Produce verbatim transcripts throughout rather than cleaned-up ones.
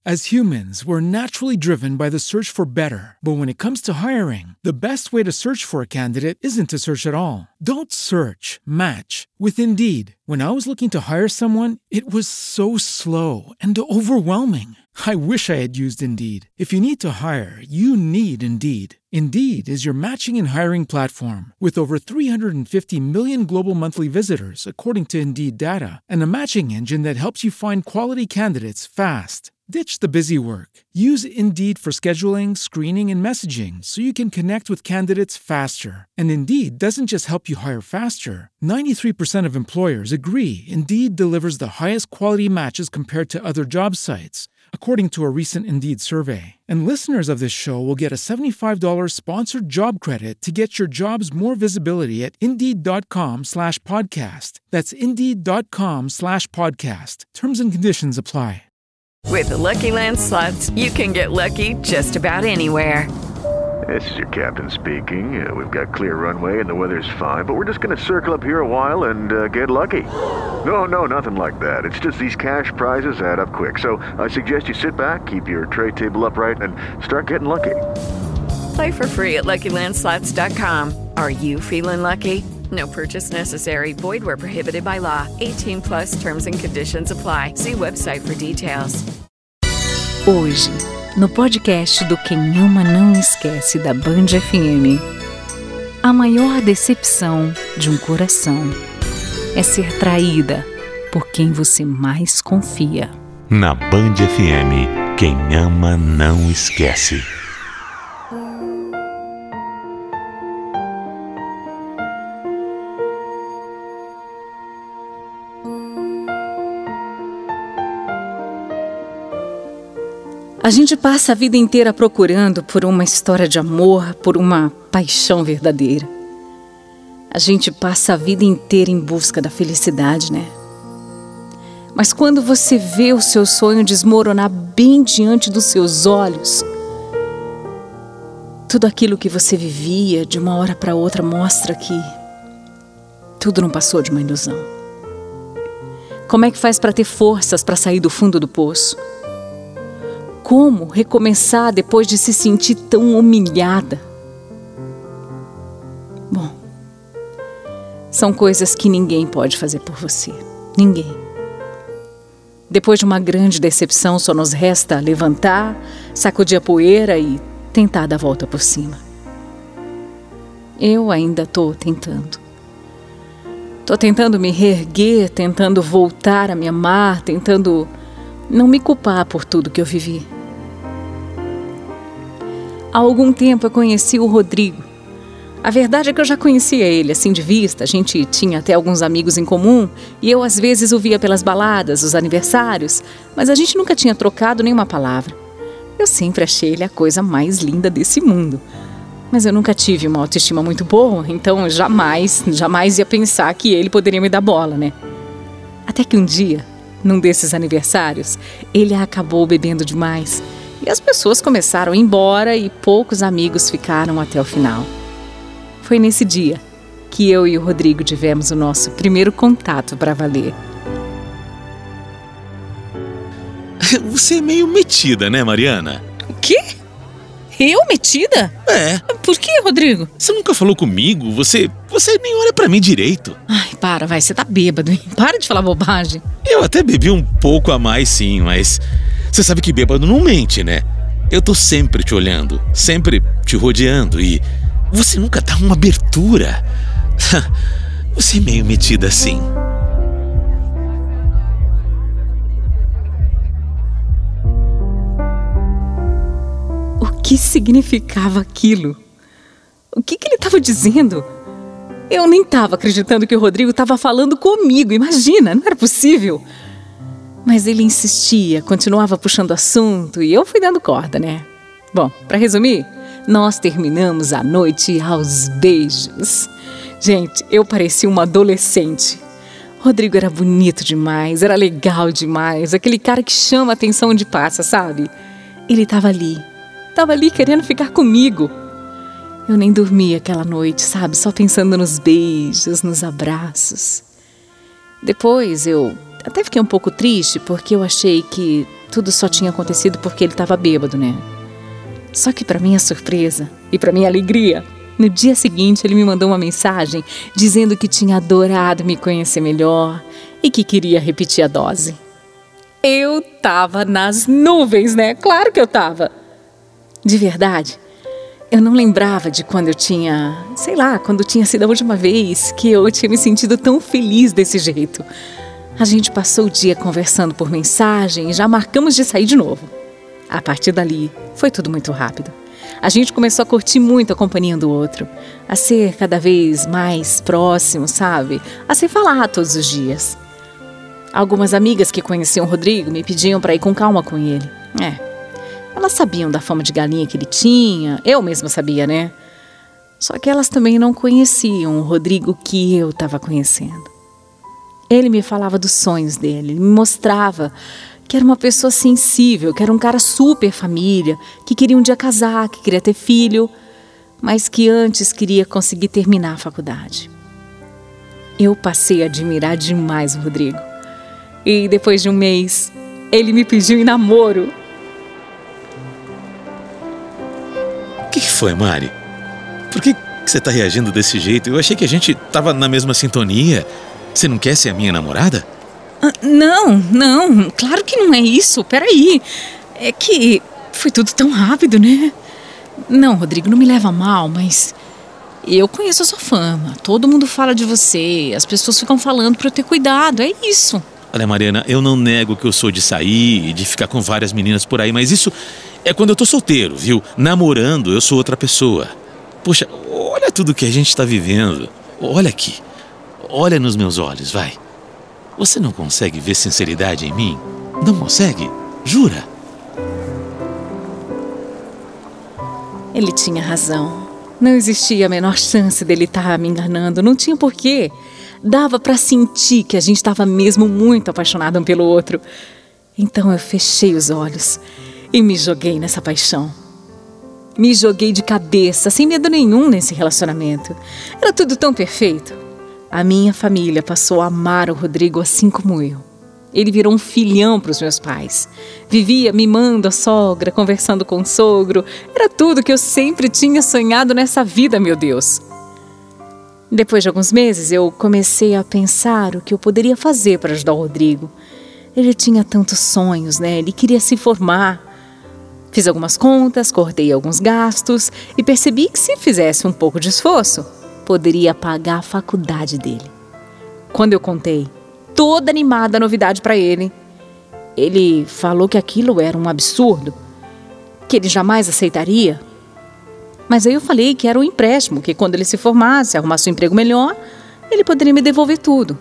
As humans, we're naturally driven by the search for better. But when it comes to hiring, the best way to search for a candidate isn't to search at all. Don't search, match with Indeed. When I was looking to hire someone, it was so slow and overwhelming. I wish I had used Indeed. If you need to hire, you need Indeed. Indeed is your matching and hiring platform with over three hundred fifty million global monthly visitors, according to Indeed data, and a matching engine that helps you find quality candidates fast. Ditch the busy work. Use Indeed for scheduling, screening, and messaging so you can connect with candidates faster. And Indeed doesn't just help you hire faster. ninety-three percent of employers agree Indeed delivers the highest quality matches compared to other job sites, according to a recent Indeed survey. And listeners of this show will get a seventy-five dollars sponsored job credit to get your jobs more visibility at Indeed.com slash podcast. That's Indeed.com slash podcast. Terms and conditions apply. With the Lucky Land Slots, you can get lucky just about anywhere. This is your captain speaking. Uh, we've got clear runway and the weather's fine, but we're just going to circle up here a while and uh, get lucky. No, no, nothing like that. It's just these cash prizes add up quick. So I suggest you sit back, keep your tray table upright, and start getting lucky. Play for free at Lucky Land Slots dot com. Are you feeling lucky? No purchase necessary. Void where prohibited by law. eighteen plus terms and conditions apply. See website for details. Hoje, no podcast do Quem Ama Não Esquece da Band F M, a maior decepção de um coração é ser traída por quem você mais confia. Na Band F M, Quem Ama Não Esquece. A gente passa a vida inteira procurando por uma história de amor, por uma paixão verdadeira. A gente passa a vida inteira em busca da felicidade, né? Mas quando você vê o seu sonho desmoronar bem diante dos seus olhos, tudo aquilo que você vivia de uma hora para outra mostra que tudo não passou de uma ilusão. Como é que faz para ter forças para sair do fundo do poço? Como recomeçar depois de se sentir tão humilhada? Bom, são coisas que ninguém pode fazer por você. Ninguém. Depois de uma grande decepção, só nos resta levantar, sacudir a poeira e tentar dar a volta por cima. Eu ainda estou tentando. Estou tentando me reerguer, tentando voltar a me amar, tentando não me culpar por tudo que eu vivi. Há algum tempo eu conheci o Rodrigo. A verdade é que eu já conhecia ele, assim de vista. A gente tinha até alguns amigos em comum e eu às vezes o via pelas baladas, os aniversários, mas a gente nunca tinha trocado nenhuma palavra. Eu sempre achei ele a coisa mais linda desse mundo. Mas eu nunca tive uma autoestima muito boa, então jamais, jamais ia pensar que ele poderia me dar bola, né? Até que um dia, num desses aniversários, ele acabou bebendo demais. E as pessoas começaram a ir embora e poucos amigos ficaram até o final. Foi nesse dia que eu e o Rodrigo tivemos o nosso primeiro contato para valer. Você é meio metida, né, Mariana? O quê? Eu metida? É. Por que, Rodrigo? Você nunca falou comigo? Você, você nem olha pra mim direito. Ai, para, vai, você tá bêbado, hein? Para de falar bobagem. Eu até bebi um pouco a mais, sim, mas você sabe que bêbado não mente, né? Eu tô sempre te olhando, sempre te rodeando e você nunca dá uma abertura. Você é meio metida assim. O que significava aquilo? O que, que ele estava dizendo? Eu nem estava acreditando que o Rodrigo estava falando comigo, imagina, não era possível. Mas ele insistia, continuava puxando assunto e eu fui dando corda, né? Bom, para resumir, nós terminamos a noite aos beijos. Gente, eu parecia uma adolescente. Rodrigo era bonito demais, era legal demais, aquele cara que chama a atenção onde passa, sabe? Ele estava ali, estava ali querendo ficar comigo. Eu nem dormi aquela noite, sabe? Só pensando nos beijos, nos abraços. Depois eu até fiquei um pouco triste porque eu achei que tudo só tinha acontecido porque ele estava bêbado, né? Só que para minha surpresa e para minha alegria, no dia seguinte ele me mandou uma mensagem dizendo que tinha adorado me conhecer melhor e que queria repetir a dose. Eu tava nas nuvens, né? Claro que eu tava. De verdade, eu não lembrava de quando eu tinha, sei lá, quando tinha sido a última vez que eu tinha me sentido tão feliz desse jeito. A gente passou o dia conversando por mensagem e já marcamos de sair de novo. A partir dali, foi tudo muito rápido. A gente começou a curtir muito a companhia um do outro, a ser cada vez mais próximo, sabe? A se falar todos os dias. Algumas amigas que conheciam o Rodrigo me pediam para ir com calma com ele. É, elas sabiam da fama de galinha que ele tinha, eu mesma sabia, né? Só que elas também não conheciam o Rodrigo que eu estava conhecendo. Ele me falava dos sonhos dele, me mostrava que era uma pessoa sensível, que era um cara super família, que queria um dia casar, que queria ter filho, mas que antes queria conseguir terminar a faculdade. Eu passei a admirar demais o Rodrigo. E depois de um mês, ele me pediu em namoro. O que, que foi, Mari? Por que, que você tá reagindo desse jeito? Eu achei que a gente tava na mesma sintonia. Você não quer ser a minha namorada? Ah, não, não, claro que não é isso. Peraí, é que foi tudo tão rápido, né? Não, Rodrigo, não me leva a mal, mas eu conheço a sua fama. Todo mundo fala de você, as pessoas ficam falando pra eu ter cuidado, é isso. Olha, Mariana, eu não nego que eu sou de sair e de ficar com várias meninas por aí, mas isso é quando eu tô solteiro, viu? Namorando, eu sou outra pessoa. Poxa, olha tudo que a gente tá vivendo. Olha aqui. Olha nos meus olhos, vai. Você não consegue ver sinceridade em mim? Não consegue? Jura? Ele tinha razão. Não existia a menor chance dele estar me enganando. Não tinha porquê. Dava pra sentir que a gente estava mesmo muito apaixonado um pelo outro. Então eu fechei os olhos e me joguei nessa paixão. Me joguei de cabeça, sem medo nenhum nesse relacionamento. Era tudo tão perfeito. A minha família passou a amar o Rodrigo assim como eu. Ele virou um filhão para os meus pais. Vivia mimando a sogra, conversando com o sogro. Era tudo que eu sempre tinha sonhado nessa vida, meu Deus. Depois de alguns meses, eu comecei a pensar o que eu poderia fazer para ajudar o Rodrigo. Ele tinha tantos sonhos, né? Ele queria se formar. Fiz algumas contas, cortei alguns gastos e percebi que se fizesse um pouco de esforço, poderia pagar a faculdade dele. Quando eu contei toda animada a novidade para ele, ele falou que aquilo era um absurdo, que ele jamais aceitaria. Mas aí eu falei que era um empréstimo, que quando ele se formasse, arrumasse um emprego melhor, ele poderia me devolver tudo.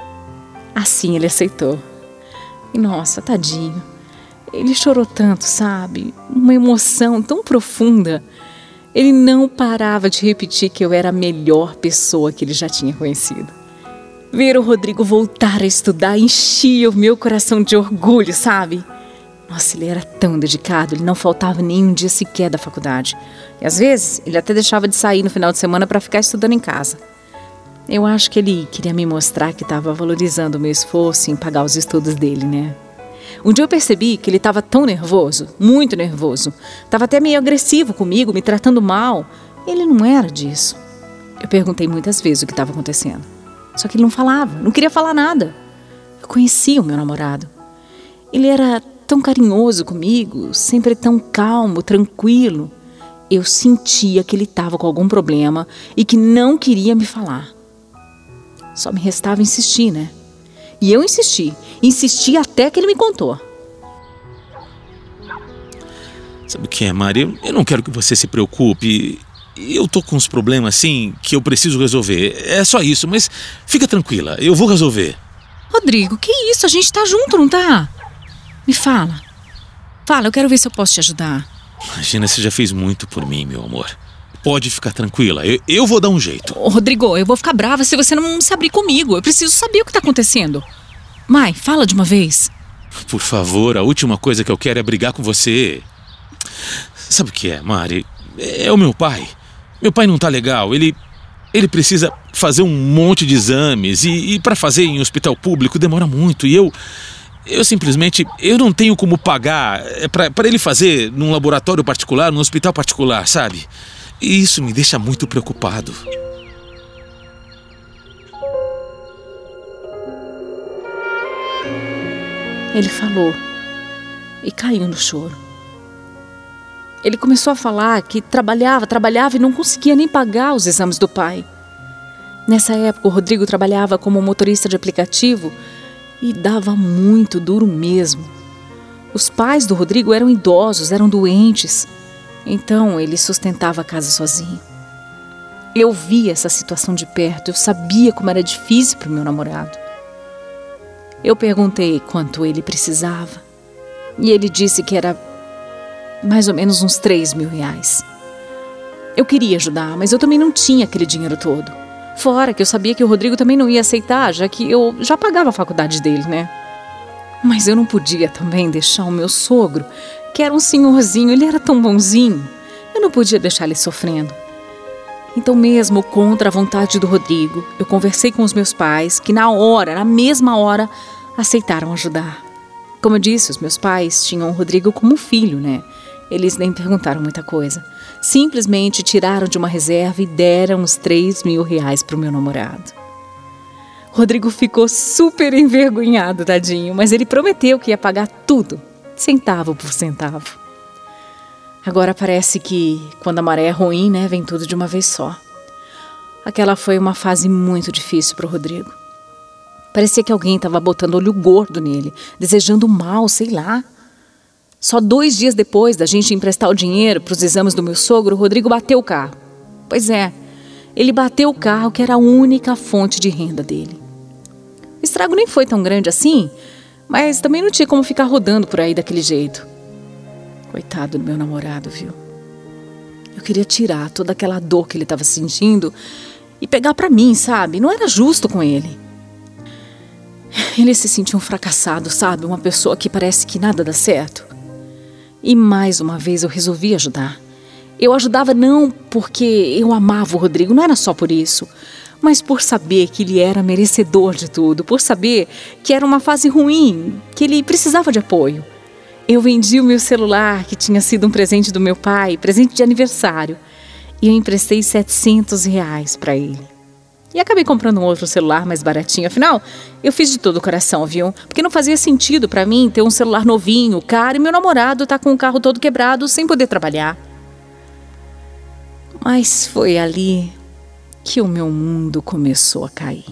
Assim ele aceitou. E nossa, tadinho, ele chorou tanto, sabe? Uma emoção tão profunda. Ele não parava de repetir que eu era a melhor pessoa que ele já tinha conhecido. Ver o Rodrigo voltar a estudar enchia o meu coração de orgulho, sabe? Nossa, ele era tão dedicado, ele não faltava nem um dia sequer da faculdade. E às vezes, ele até deixava de sair no final de semana para ficar estudando em casa. Eu acho que ele queria me mostrar que estava valorizando o meu esforço em pagar os estudos dele, né? Um dia eu percebi que ele estava tão nervoso, muito nervoso. Estava até meio agressivo comigo, me tratando mal. Ele não era disso. Eu perguntei muitas vezes o que estava acontecendo. Só que ele não falava, não queria falar nada. Eu conhecia o meu namorado. Ele era tão carinhoso comigo, sempre tão calmo, tranquilo. Eu sentia que ele estava com algum problema e que não queria me falar. Só me restava insistir, né? E eu insisti, insisti até que ele me contou. Sabe o que é, Mari? Eu, eu não quero que você se preocupe. Eu tô com uns problemas assim que eu preciso resolver. É só isso, mas fica tranquila, eu vou resolver. Rodrigo, que isso? A gente tá junto, não tá? Me fala. Fala, eu quero ver se eu posso te ajudar. Imagina, você já fez muito por mim, meu amor. Pode ficar tranquila, eu, eu vou dar um jeito. Ô, Rodrigo, eu vou ficar brava se você não se abrir comigo. Eu preciso saber o que tá acontecendo. Mãe, fala de uma vez. Por favor, a última coisa que eu quero é brigar com você. Sabe o que é, Mari? É o meu pai. Meu pai não tá legal, ele... Ele precisa fazer um monte de exames e, e para fazer em hospital público demora muito. E eu... Eu simplesmente, eu não tenho como pagar pra, pra ele fazer num laboratório particular, num hospital particular, sabe? E isso me deixa muito preocupado. Ele falou e caiu no choro. Ele começou a falar que trabalhava, trabalhava e não conseguia nem pagar os exames do pai. Nessa época, o Rodrigo trabalhava como motorista de aplicativo e dava muito duro mesmo. Os pais do Rodrigo eram idosos, eram doentes, então ele sustentava a casa sozinho. Eu via essa situação de perto, eu sabia como era difícil para o meu namorado. Eu perguntei quanto ele precisava e ele disse que era mais ou menos uns três mil reais. Eu queria ajudar, mas eu também não tinha aquele dinheiro todo. Fora que eu sabia que o Rodrigo também não ia aceitar, já que eu já pagava a faculdade dele, né? Mas eu não podia também deixar o meu sogro, que era um senhorzinho, ele era tão bonzinho. Eu não podia deixar ele sofrendo. Então mesmo contra a vontade do Rodrigo, eu conversei com os meus pais, que na hora, na mesma hora, aceitaram ajudar. Como eu disse, os meus pais tinham o Rodrigo como filho, né? Eles nem perguntaram muita coisa. Simplesmente tiraram de uma reserva e deram os três mil reais para o meu namorado. Rodrigo ficou super envergonhado, tadinho, mas ele prometeu que ia pagar tudo, centavo por centavo. Agora parece que quando a maré é ruim, né, vem tudo de uma vez só. Aquela foi uma fase muito difícil para o Rodrigo. Parecia que alguém estava botando olho gordo nele, desejando mal, sei lá. Só dois dias depois da gente emprestar o dinheiro para os exames do meu sogro, o Rodrigo bateu o carro. Pois é, ele bateu o carro que era a única fonte de renda dele. O estrago nem foi tão grande assim, mas também não tinha como ficar rodando por aí daquele jeito. Coitado do meu namorado, viu? Eu queria tirar toda aquela dor que ele estava sentindo e pegar para mim, sabe? Não era justo com ele. Ele se sentia um fracassado, sabe? Uma pessoa que parece que nada dá certo. E mais uma vez eu resolvi ajudar. Eu ajudava não porque eu amava o Rodrigo, não era só por isso, mas por saber que ele era merecedor de tudo, por saber que era uma fase ruim, que ele precisava de apoio. Eu vendi o meu celular, que tinha sido um presente do meu pai, presente de aniversário, e eu emprestei setecentos reais para ele. E acabei comprando um outro celular mais baratinho. Afinal, eu fiz de todo o coração, viu? Porque não fazia sentido para mim ter um celular novinho, caro, e meu namorado tá com o carro todo quebrado, sem poder trabalhar. Mas foi ali que o meu mundo começou a cair.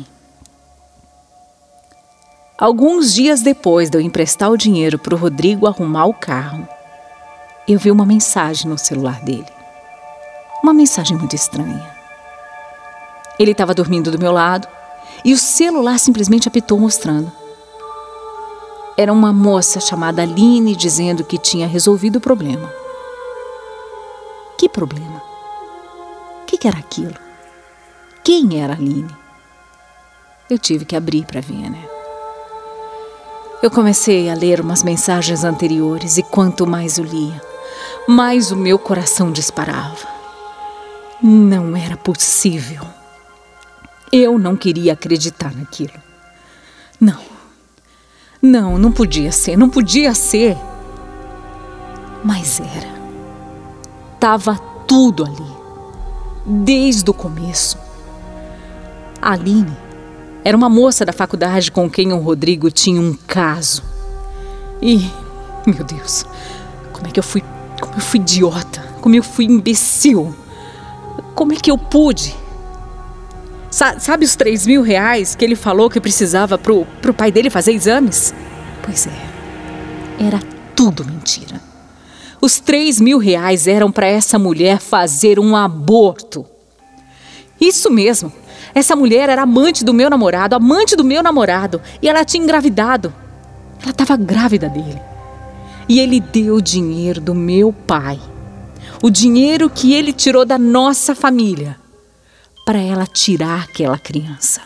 Alguns dias depois de eu emprestar o dinheiro para o Rodrigo arrumar o carro, eu vi uma mensagem no celular dele. Uma mensagem muito estranha. Ele estava dormindo do meu lado e o celular simplesmente apitou mostrando. Era uma moça chamada Aline dizendo que tinha resolvido o problema. Que problema? O que, que era aquilo? Quem era a Aline? Eu tive que abrir para ver, né? Eu comecei a ler umas mensagens anteriores e quanto mais eu lia, mais o meu coração disparava. Não era possível. Eu não queria acreditar naquilo. Não. Não, não podia ser, não podia ser. Mas era. Tava tudo ali. Desde o começo. A Aline era uma moça da faculdade com quem o Rodrigo tinha um caso. E, meu Deus, como é que eu fui, como eu fui idiota, como eu fui imbecil. Como é que eu pude? Sa- sabe os três mil reais que ele falou que precisava pro, pro pai dele fazer exames? Pois é, era tudo mentira. Os três mil reais eram para essa mulher fazer um aborto. Isso mesmo. Essa mulher era amante do meu namorado, amante do meu namorado, e ela tinha engravidado. Ela estava grávida dele. E ele deu o dinheiro do meu pai, o dinheiro que ele tirou da nossa família, para ela tirar aquela criança.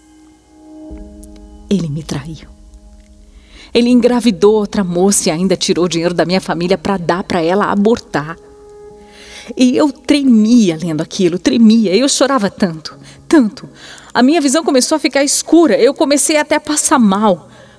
Ele me traiu. Ele engravidou outra moça e ainda tirou o dinheiro da minha família para dar para ela abortar. E eu tremia lendo aquilo, tremia, eu chorava tanto, tanto. A minha visão começou a ficar escura, eu comecei até a passar mal.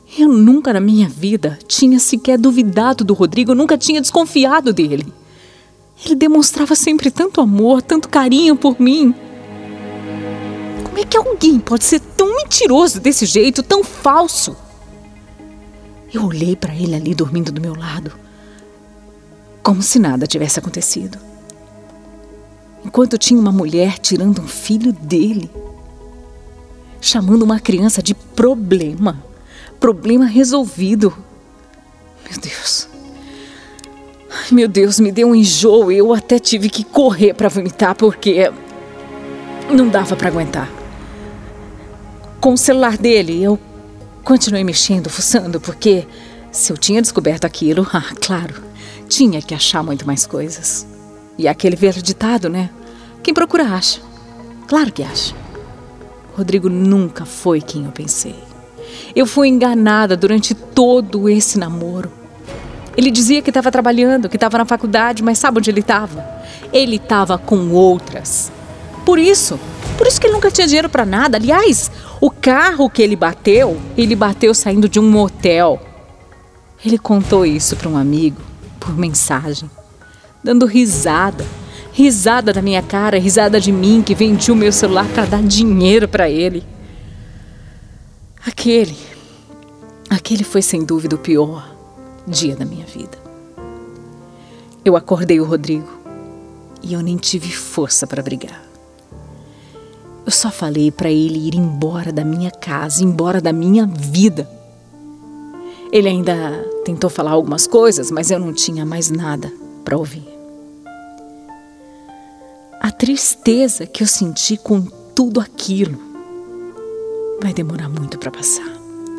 Eu nunca na minha vida tinha sequer duvidado do Rodrigo, eu nunca tinha desconfiado dele. Ele demonstrava sempre tanto amor, tanto carinho por mim. Como é que alguém pode ser tão mentiroso desse jeito, tão falso? Eu olhei para ele ali dormindo do meu lado, como se nada tivesse acontecido. Enquanto tinha uma mulher tirando um filho dele, chamando uma criança de problema, problema resolvido. Meu Deus. Ai, meu Deus, me deu um enjoo. Eu até tive que correr para vomitar porque não dava para aguentar. Com o celular dele, eu continuei mexendo, fuçando, porque se eu tinha descoberto aquilo, ah, claro, tinha que achar muito mais coisas. E aquele velho ditado, né? Quem procura acha. Claro que acha. Rodrigo nunca foi quem eu pensei. Eu fui enganada durante todo esse namoro. Ele dizia que estava trabalhando, que estava na faculdade, mas sabe onde ele estava? Ele estava com outras. Por isso, por isso que ele nunca tinha dinheiro para nada. Aliás, o carro que ele bateu, ele bateu saindo de um motel. Ele contou isso para um amigo, por mensagem, dando risada. Risada da minha cara, risada de mim que vendi o meu celular para dar dinheiro para ele. Aquele, aquele foi sem dúvida o pior dia da minha vida. Eu acordei o Rodrigo e eu nem tive força para brigar. Eu só falei para ele ir embora da minha casa, embora da minha vida. Ele ainda tentou falar algumas coisas, mas eu não tinha mais nada para ouvir. A tristeza que eu senti com tudo aquilo vai demorar muito para passar.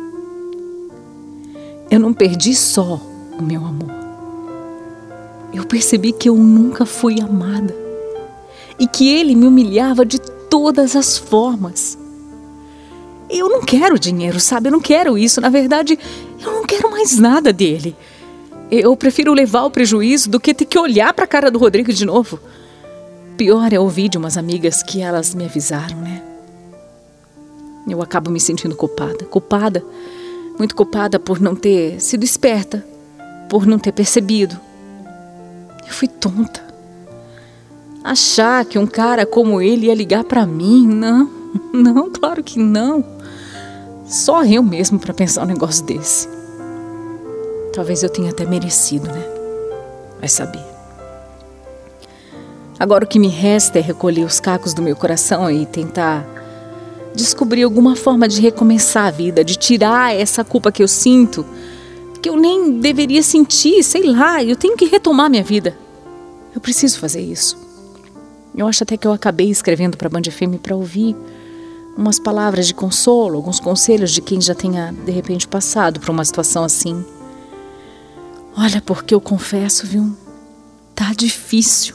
Eu não perdi só o meu amor. Eu percebi que eu nunca fui amada e que ele me humilhava de todas as formas. Eu não quero dinheiro, sabe? Eu não quero isso. Na verdade, eu não quero mais nada dele. Eu prefiro levar o prejuízo do que ter que olhar para a cara do Rodrigo de novo. Pior é ouvir de umas amigas que elas me avisaram, né? Eu acabo me sentindo culpada. Culpada, muito culpada por não ter sido esperta, por não ter percebido. Eu fui tonta. Achar que um cara como ele ia ligar pra mim, não, não, claro que não. Só eu mesmo pra pensar um negócio desse. Talvez eu tenha até merecido, né? Vai saber. Agora o que me resta é recolher os cacos do meu coração e tentar descobrir alguma forma de recomeçar a vida, de tirar essa culpa que eu sinto, que eu nem deveria sentir, sei lá, eu tenho que retomar minha vida. Eu preciso fazer isso. Eu acho até que eu acabei escrevendo para a Band F M para ouvir umas palavras de consolo, alguns conselhos de quem já tenha, de repente, passado por uma situação assim. Olha, porque eu confesso, viu? Tá difícil.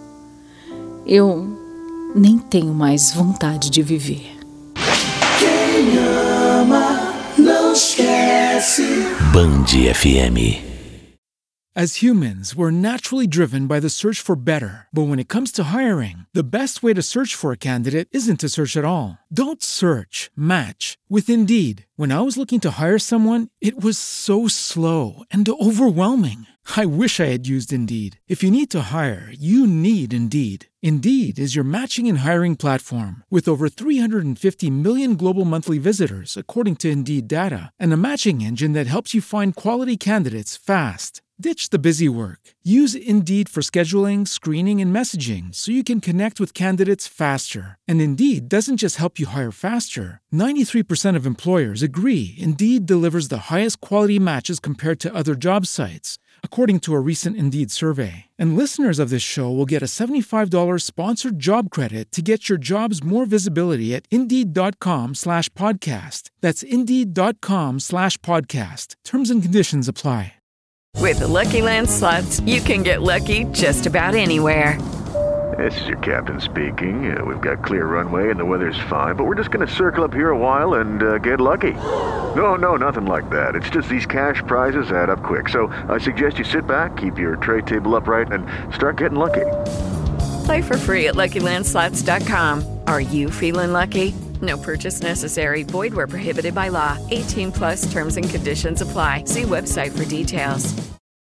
Eu nem tenho mais vontade de viver. Quem ama não esquece. Band F M. As humans, we're naturally driven by the search for better. But when it comes to hiring, the best way to search for a candidate isn't to search at all. Don't search, match with Indeed. When I was looking to hire someone, it was so slow and overwhelming. I wish I had used Indeed. If you need to hire, you need Indeed. Indeed is your matching and hiring platform with over three hundred fifty million global monthly visitors, according to Indeed data, and a matching engine that helps you find quality candidates fast. Ditch the busy work. Use Indeed for scheduling, screening, and messaging so you can connect with candidates faster. And Indeed doesn't just help you hire faster. ninety-three percent of employers agree Indeed delivers the highest quality matches compared to other job sites, according to a recent Indeed survey. And listeners of this show will get a seventy-five dollars sponsored job credit to get your jobs more visibility at Indeed.com slash podcast. That's Indeed.com slash podcast. Terms and conditions apply. With the Lucky Land Slots, you can get lucky just about anywhere. This is your captain speaking. Uh, we've got clear runway and the weather's fine, but we're just going to circle up here a while and uh, get lucky. No, no, nothing like that. It's just these cash prizes add up quick. So I suggest you sit back, keep your tray table upright, and start getting lucky. Play for free at Lucky Land Slots dot com. Are you feeling lucky? No purchase necessary. Void where prohibited by law. eighteen plus terms and conditions apply. See website for details.